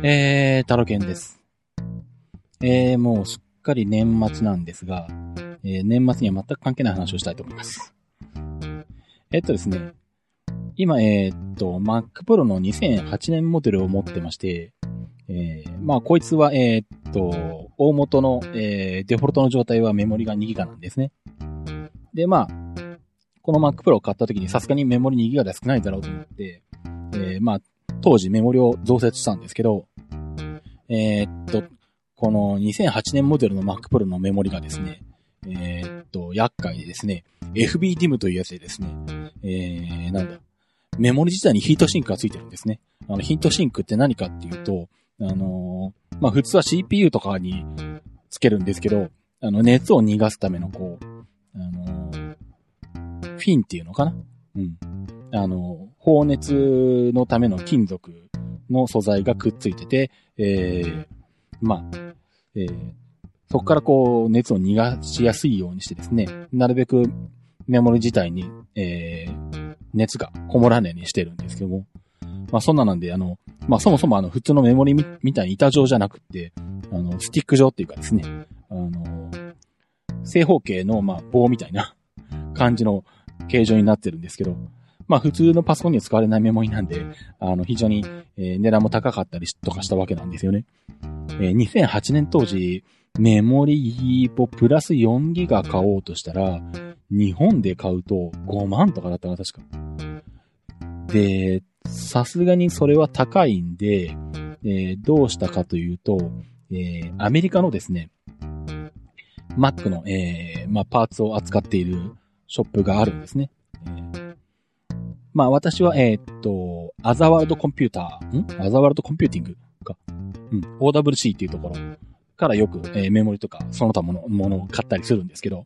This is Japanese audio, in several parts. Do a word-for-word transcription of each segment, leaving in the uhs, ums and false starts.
えー、タロケンです。えー、もうすっかり年末なんですが、えー、年末には全く関係ない話をしたいと思います。えっとですね、今、えー、っと、Mac Pro のにせんはちねんモデルを持ってまして、えー、まあ、こいつは、えー、っと、大元の、えー、デフォルトの状態はメモリがにギガなんですね。で、まあ、この Mac Pro を買った時にさすがにメモリにギガで少ないだろうと思って、えー、まあ、当時メモリを増設したんですけど、えー、っと、このにせんはちねんモデルの Mac Pro のメモリがですね、えー、っと、厄介でですね、エフビーディム というやつでですね、えー、なんだ、メモリ自体にヒートシンクがついてるんですね。あの、ヒートシンクって何かっていうと、あのー、まあ、普通は シーピーユー とかにつけるんですけど、あの、熱を逃がすためのこう、あのー、フィンっていうのかな？うん。あの、放熱のための金属の素材がくっついてて、えー、まあ、えー、そこからこう、熱を逃がしやすいようにしてですね、なるべくメモリ自体に、えー、熱がこもらないようにしてるんですけども、まあそんななんで、あの、まあそもそもあの、普通のメモリ み, みたいに板状じゃなくって、あの、スティック状っていうかですね、あの、正方形の、まあ棒みたいな感じの形状になってるんですけど、まあ普通のパソコンには使われないメモリなんで、あの非常に、えー、値段も高かったりとかしたわけなんですよね。えー、にせんはちねん当時、メモリをプラスよんギガ買おうとしたら、日本で買うとごまんとかだったかな、確か。で、さすがにそれは高いんで、えー、どうしたかというと、えー、アメリカのですね、Mac の、えーまあ、パーツを扱っているショップがあるんですね。えー、まあ私は、えー、っと、アザワールドコンピューター、んアザワールドコンピューティングか。うん、オーダブリューシー っていうところからよく、えー、メモリとかその他もの、ものを買ったりするんですけど、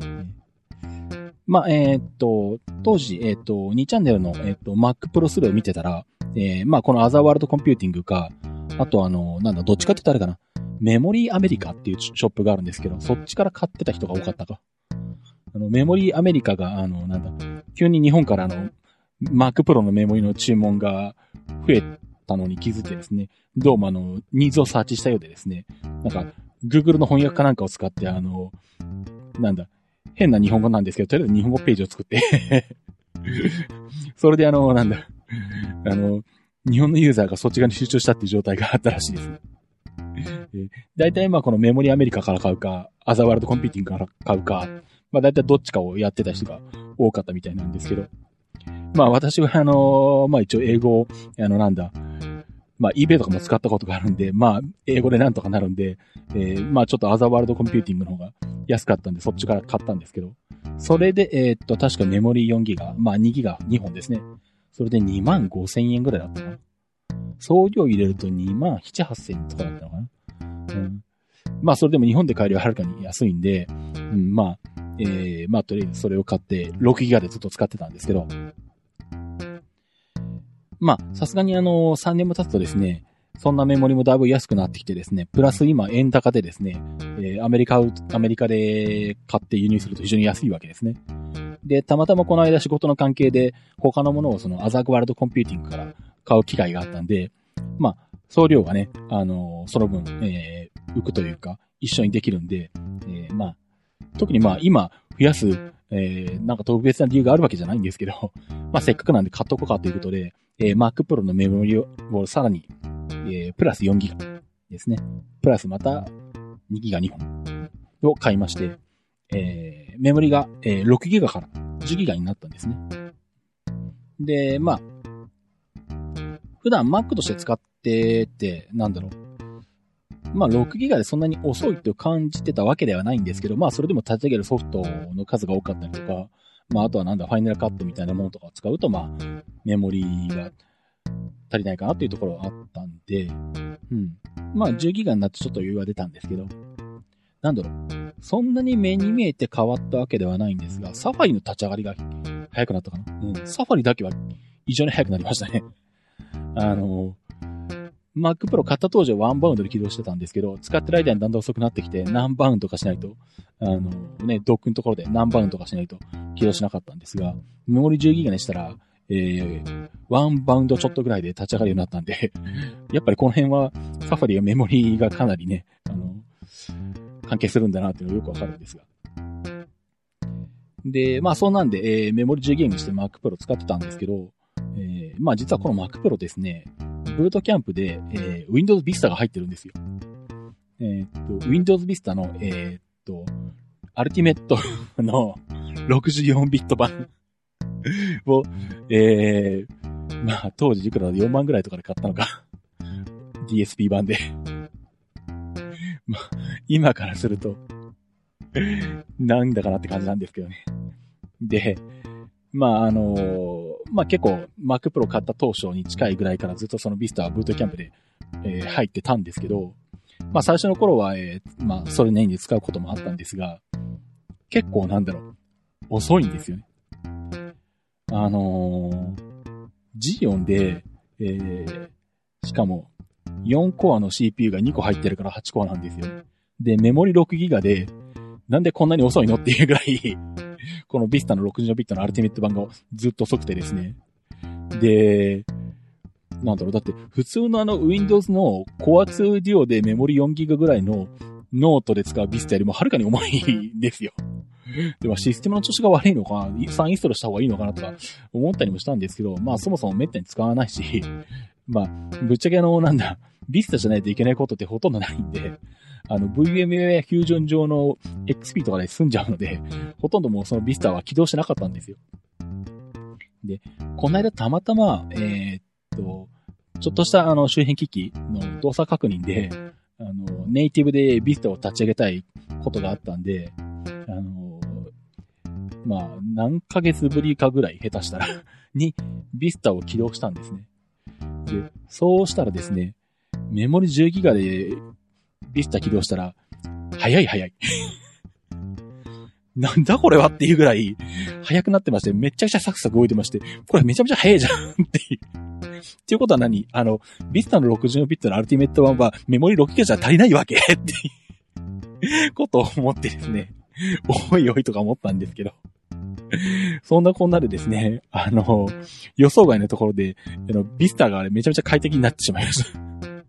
まあ、えー、っと、当時、えー、っと、にチャンネルの、えー、っと、Mac Pro スリーを見てたら、えー、まあ、このアザワールドコンピューティングか、あとあの、なんだ、どっちかって言ったらあれかな、メモリーアメリカっていうショップがあるんですけど、そっちから買ってた人が多かったか。あの、メモリーアメリカが、あの、なんだ、急に日本からあの、Mac Pro のメモリの注文が増えたのに気づいてですね、どうもあの、ニーズをサーチしたようでですね、なんか、Google の翻訳かなんかを使って、あの、なんだ、変な日本語なんですけど、とりあえず日本語ページを作ってそれであの、なんだ、あの、日本のユーザーがそっち側に集中したっていう状態があったらしいです。だいたいまあこのメモリアメリカから買うか、アザワールドコンピューティングから買うか、まあだいたいどっちかをやってた人が多かったみたいなんですけど、まあ私はあの、まあ一応英語を、あのなんだ、まあ eBay とかも使ったことがあるんで、まあ英語でなんとかなるんで、えー、まあちょっとアザワールドコンピューティングの方が安かったんでそっちから買ったんですけど、それで、えー、っと、確かメモリーよんギガ、まあにギガにほんですね。それでにまんごせんえんぐらいだったかな。送料入れるとにまんなな、はっせんとかだったのかな。うん。まあそれでも日本で買えるよりはるかに安いんで、うん、まあ、えー、まあとりあえずそれを買ってろくギガでずっと使ってたんですけど、まあ、さすがにあの、さんねんも経つとですね、そんなメモリもだいぶ安くなってきてですね、プラス今円高でですね、えー、アメリカ、アメリカで買って輸入すると非常に安いわけですね。で、たまたまこの間仕事の関係で他のものをそのアザワールドコンピューティングから買う機会があったんで、まあ、送料がね、あのー、その分、えー、浮くというか、一緒にできるんで、えー、まあ、特にまあ今増やす、えー、なんか特別な理由があるわけじゃないんですけど、まあせっかくなんで買っとこうかということで、えー、Mac Pro のメモリをさらに、えー、プラスよんギガですね。プラスまたにギガにほんを買いまして、えー、メモリが、えー、ろくギガからじゅうギガになったんですね。で、まあ、普段 Mac として使ってて、なんだろう。まあ、ろくギガでそんなに遅いと感じてたわけではないんですけど、まあ、それでも立ち上げるソフトの数が多かったりとか、まあ、あとはなんだ、ファイナルカットみたいなものとかを使うと、まあ、メモリが足りないかなっていうところがあったんで、うん。まあ、じゅうギガになってちょっと余裕は出たんですけど、なんだろう。そんなに目に見えて変わったわけではないんですが、サファリの立ち上がりが早くなったかな。うん。サファリだけは異常に早くなりましたね。あの、Mac Pro 買った当時はワンバウンドで起動してたんですけど、使ってる間にだんだん遅くなってきて、何バウンドかしないと、あの、ね、ドックのところで何バウンドかしないと起動しなかったんですが、メモリじゅうギガにしたら、ええー、ワンバウンドちょっとぐらいで立ち上がるようになったんで、やっぱりこの辺はサファリはメモリがかなりね、あの、関係するんだなっていうのがよくわかるんですが。で、まあそうなんで、えー、メモリじゅうギガにして Mac Pro 使ってたんですけど、えー、まあ実はこの Mac Pro ですね、ブートキャンプで、えー、Windows Vista が入ってるんですよ。えー、っと、Windows Vista の、えー、っと、アルティメットのろくじゅうよんビット版を、えー、まあ当時いくらでよんまんぐらいとかで買ったのか。ディーエスピー 版で。まあ、今からすると、なんだかなって感じなんですけどね。で、まああのー、まあ結構 Mac Pro 買った当初に近いぐらいからずっとその Vista ブートキャンプで、えー、入ってたんですけど、まあ最初の頃は、えー、まあそれなりに使うこともあったんですが、結構なんだろう、遅いんですよね。あのー、ジーオン で、えー、しかもよんコアの シーピーユー がにこ入ってるからはちコアなんですよ。で、メモリろくギガで、なんでこんなに遅いのっていうぐらい、この Vista のろくじゅうよんビットのアルティメット版がずっと遅くてですね。で、なんだろう、だって普通のあの Windows の Core ツー Duo でメモリよんギガぐらいのノートで使う Vista よりもはるかに重いんですよ。ではシステムの調子が悪いのかな、さんインストールした方がいいのかなとか思ったりもしたんですけど、まあそもそもめったに使わないし、まあぶっちゃけあのなんだ、Vista じゃないといけないことってほとんどないんで、あの ブイエム やフュージョン上の エックスピー とかで済んじゃうので、ほとんどもうその Vista は起動しなかったんですよ。で、この間たまたま、えー、っと、ちょっとしたあの周辺機器の動作確認で、あの、ネイティブで Vista を立ち上げたいことがあったんで、あの、まあ、何ヶ月ぶりかぐらい下手したらに Vista を起動したんですね。で、そうしたらですね、メモリじゅうギガでVista 起動したら、早い早い。なんだこれはっていうぐらい、早くなってまして、めちゃくちゃサクサク動いてまして、これめちゃめちゃ早いじゃんっていう。っていうことは何？あの、Vista のろくじゅうよんビットのアルティメット版はメモリろくギガじゃ足りないわけっていうことを思ってですね、おいおいとか思ったんですけど。そんなこんなでですね、あの、予想外のところで、あの、Vista がめちゃめちゃ快適になってしまいました。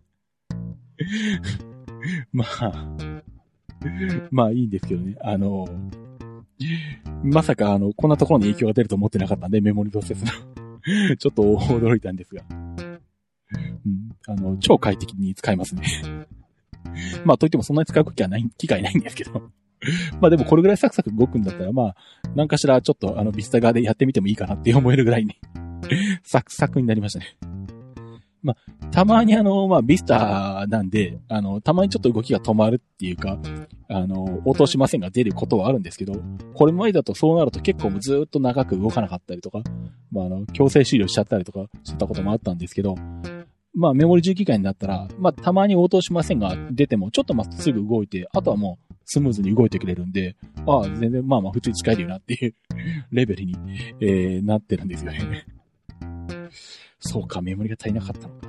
まあ、まあいいんですけどね。あの、まさかあの、こんなところに影響が出ると思ってなかったんで、メモリ同接の。ちょっと驚いたんですが。うん、あの、超快適に使えますね。まあといってもそんなに使う機会はない、機会ないんですけど。まあでもこれぐらいサクサク動くんだったら、まあ、何かしらちょっとあの、ビスタ側でやってみてもいいかなって思えるぐらいに、サクサクになりましたね。まあ、たまにあの、まあ、ビスタなんで、あの、たまにちょっと動きが止まるっていうか、あの、応答しませんが出ることはあるんですけど、これまでだとそうなると結構もうずーっと長く動かなかったりとか、まあ、あの、強制終了しちゃったりとかしてたこともあったんですけど、まあ、メモリじゅうギガになったら、まあ、たまに応答しませんが出ても、ちょっとまっすぐ動いて、あとはもう、スムーズに動いてくれるんで、ああ、全然まあまあ普通に使えるよなっていうレベルに、えー、なってるんですよね。そうか、メモリが足りなかったのか。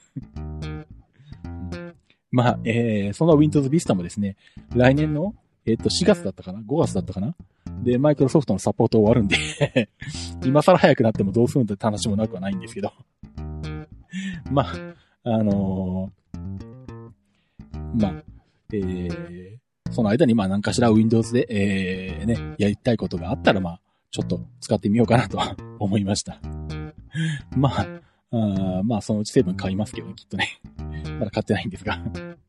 まあ、えー、その Windows Vista もですね、来年の、えっと、しがつだったかな ?ご 月だったかなで、マイクロソフトのサポート終わるんで、今更早くなってもどうするんだって話もなくはないんですけど。まあ、あのー、まあ、えー、その間にまあ何かしら Windows で、えー、ね、やりたいことがあったらまあ、ちょっと使ってみようかなと思いました。まあ、あまあそのうち成分買いますけどね、きっとね。まだ買ってないんですが。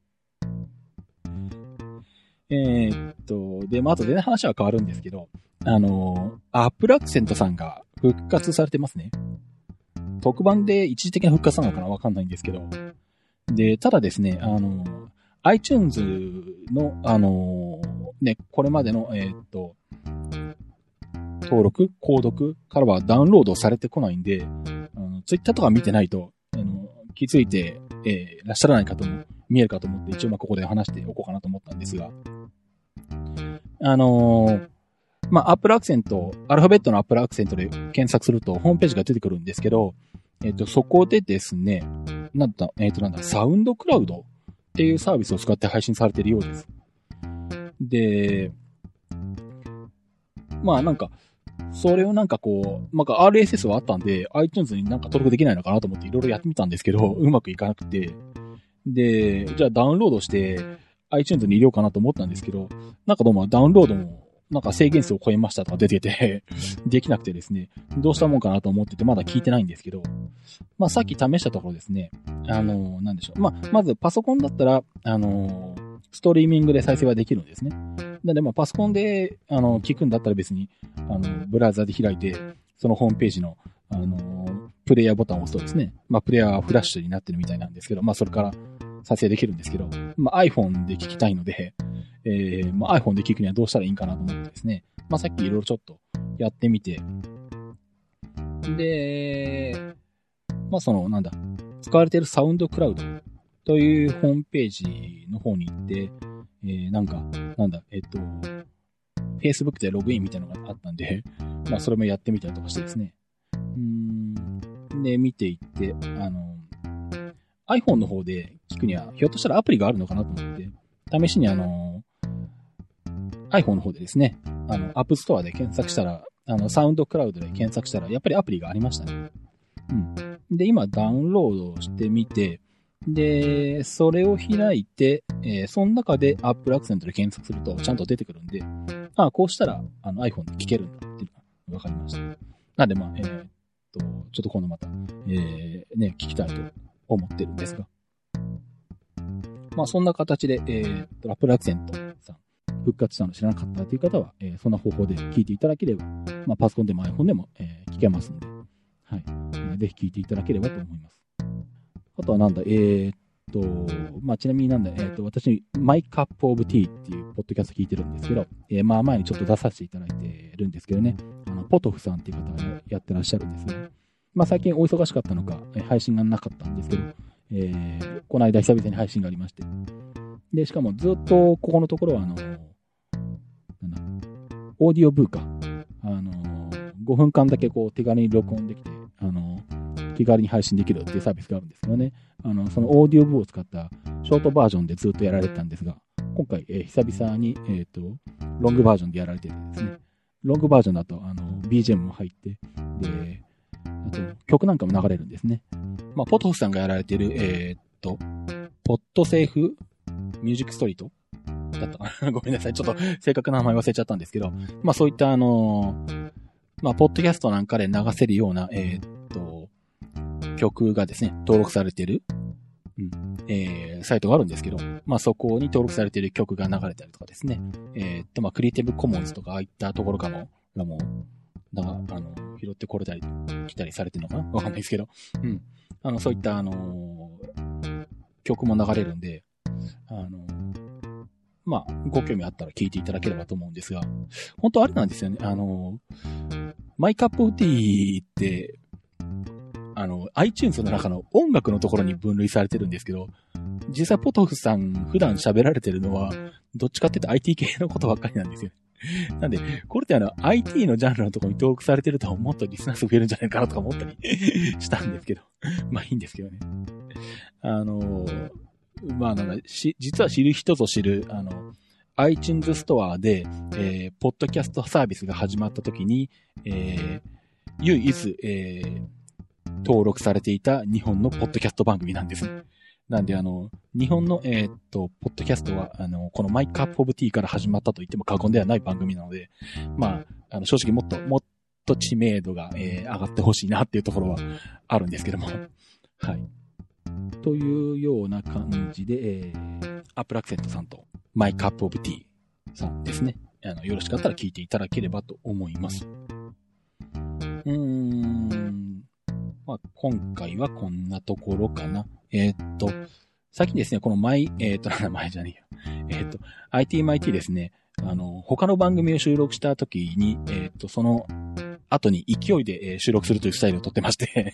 えーっと、で、まああと全然話は変わるんですけど、あのー、Apple Accent さんが復活されてますね。特番で一時的な復活なのかなわかんないんですけど。で、ただですね、あのー、iTunes の、あのー、ね、これまでの、えー、っと、登録、購読からはダウンロードされてこないんで、あの Twitter とか見てないと、あの、気づいて、えー、らっしゃらない方も見えるかと思って、一応まあここで話しておこうかなと思ったんですが、あのー、まあ、Apple Accent、アルファベットの Apple Accent で検索するとホームページが出てくるんですけど、えっと、そこでですね、なんだ、えっと、なんだ、サウンドクラウドっていうサービスを使って配信されているようです。で、まあなんか、 それをなんかこう、なんか アールエスエス はあったんで、iTunes になんか登録できないのかなと思っていろいろやってみたんですけど、うまくいかなくて。で、じゃあダウンロードして iTunes に入れようかなと思ったんですけど、なんかどうもダウンロードもなんか制限数を超えましたとか出てて、できなくてですね、どうしたもんかなと思っててまだ聞いてないんですけど、まあさっき試したところですね、あの、なんでしょう。まあ、まずパソコンだったら、あの、ストリーミングで再生はできるんですね。なのでまあパソコンで、あの、聞くんだったら別に、あの、ブラウザで開いて、そのホームページの、あの、プレイヤーボタンを押すとですね、まあプレイヤーはフラッシュになってるみたいなんですけど、まあそれから再生できるんですけど、まあ iPhone で聞きたいので、えー、まあ iPhone で聞くにはどうしたらいいんかなと思ってですね、まあさっきいろいろちょっとやってみて、で、まあその、なんだ、使われているサウンドクラウドというホームページの方に行って、えー、なんか、なんだ、えっと、Facebook でログインみたいなのがあったんで、まあそれもやってみたりとかしてですね。うーん。で、見ていって、あの、iPhone の方で聞くには、ひょっとしたらアプリがあるのかなと思って、試しにあの、iPhone の方でですね、あの、App Store で検索したら、あの、サウンドクラウドで検索したら、やっぱりアプリがありましたね。うん。で、今ダウンロードしてみて、で、それを開いて、えー、その中で Apple Accent で検索するとちゃんと出てくるんで、あ、こうしたらあの iPhone で聞けるんだっていうのが分かりました。なんでまあ、えー、っと、ちょっと今度また、えー、ね、聞きたいと思ってるんですが。まあそんな形で、えー、っと、Apple Accent さん復活したの知らなかったという方は、えー、そんな方法で聞いていただければ、まあパソコンでも iPhone でも、えー、聞けますんで、はい、えー。ぜひ聞いていただければと思います。あとはなんだ、えー、っと、まあ、ちなみになんだ、えー、っと、私、マイカップオブティーっていうポッドキャスト聞いてるんですけど、えー、まあ、前にちょっと出させていただいてるんですけどね、あの、ポトフさんっていう方がやってらっしゃるんですが、まあ、最近お忙しかったのか、配信がなかったんですけど、えー、この間久々に配信がありまして、で、しかもずっとここのところは、あの、なんだ、オーディオブーか、あの、ごふんかんだけこう手軽に録音できて、あの、気軽に配信できるっていうサービスがあるんですけどね。あの、そのオーディオブを使ったショートバージョンでずっとやられてたんですが、今回、えー、久々に、えっと、ロングバージョンでやられててですね。ロングバージョンだと、あの、ビージーエム も入って、で、あと、曲なんかも流れるんですね。まあ、ポトフさんがやられてる、えー、っと、ポッドセーフミュージックストリートだったかなごめんなさい。ちょっと正確な名前忘れちゃったんですけど、まあ、そういった、あの、まあ、ポッドキャストなんかで流せるような、えー、っと、曲がですね、登録されている、うんえー、サイトがあるんですけど、まあそこに登録されている曲が流れたりとかですね、えー、っと、まあクリエイティブコモンズとかああいったところかも、がもう、だが、あの、拾ってこれたり、来たりされてるのかなわかんないですけど、うん。あの、そういった、あのー、曲も流れるんで、あのー、まあ、ご興味あったら聞いていただければと思うんですが、本当あれなんですよね、あのー、マイカップオブティーって、あの、iTunes の中の音楽のところに分類されてるんですけど、実際ポトフさん普段喋られてるのは、どっちかっていうと アイティー 系のことばっかりなんですよ。なんで、これってあの、アイティー のジャンルのところに登録されてるともっとリスナー数増えるんじゃないかなとか思ったりしたんですけど。まあいいんですけどね。あの、まあなんだ、し、実は知る人ぞ知る、あの、iTunes ストアで、えー、ポッドキャストサービスが始まった時に、えー、唯一、えー、登録されていた日本のポッドキャスト番組なんですね。なんであの、日本の、えー、っと、ポッドキャストは、あの、このマイカップオブティーから始まったと言っても過言ではない番組なので、まあ、あの、正直もっと、もっと知名度が、えー、上がってほしいなっていうところはあるんですけども。はい。というような感じで、えー、アップルアクセントさんとマイカップオブティーさんですね。あの、よろしかったら聞いていただければと思います。うーん。まあ、今回はこんなところかな。えー、っと、最近ですね、このマイ、えー、っと、名前じゃねえよ。えー、っと、アイティー マイティー ですね、あの、他の番組を収録した時に、えー、っと、その後に勢いで収録するというスタイルをとってまして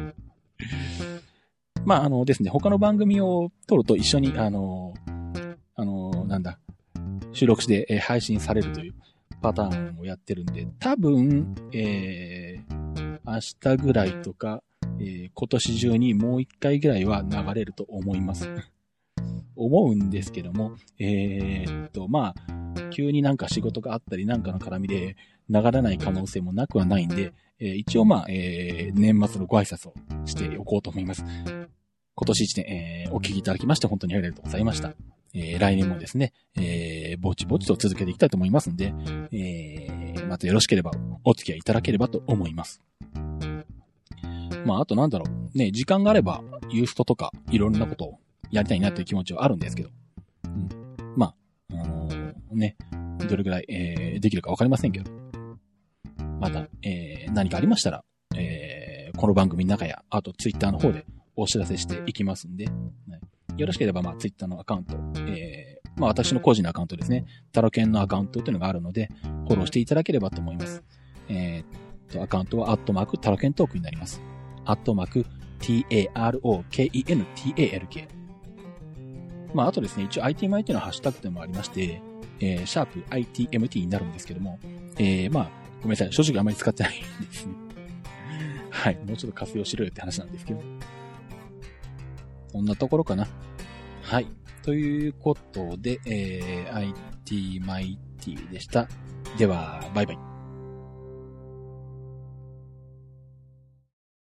まあ、あのですね、他の番組を撮ると一緒に、あの、あの、なんだ、収録して配信されるというパターンをやってるんで、多分、えー、明日ぐらいとか、えー、今年中にもう一回ぐらいは流れると思います。思うんですけども、えー、っと、まあ、急になんか仕事があったりなんかの絡みで流らない可能性もなくはないんで、えー、一応まあ、えー、年末のご挨拶をしておこうと思います。今年一年、えー、お聞きいただきまして本当にありがとうございました。えー、来年もですね、えー、ぼちぼちと続けていきたいと思いますんで、えー、またよろしければお付き合いいただければと思います。まあ、あとなんだろう。ね、時間があれば、ユーストとか、いろんなことをやりたいなという気持ちはあるんですけど。うん、まあ、あのー、ね、どれぐらい、えー、できるかわかりませんけど。また、えー、何かありましたら、えー、この番組の中や、あとツイッターの方でお知らせしていきますんで、ね、よろしければ、まあ、ツイッターのアカウント、えー、まあ、私の個人のアカウントですね。タロケンのアカウントというのがあるので、フォローしていただければと思います。えー、と、アカウントは、アットマーク、タロケントークになります。アットマーク、ティーエーアールオーケーイーエヌティーエーエルケー。まあ、あとですね、一応 アイティーエムアイティー のハッシュタグでもありまして、えー、シャープ アイティーエムティー になるんですけども、えー、まあ、ごめんなさい、正直あまり使ってないですね。はい、もうちょっと活用しろよって話なんですけど。こんなところかな。はい。ということで、えー、アイティーエムアイティー でした。では、バイバイ。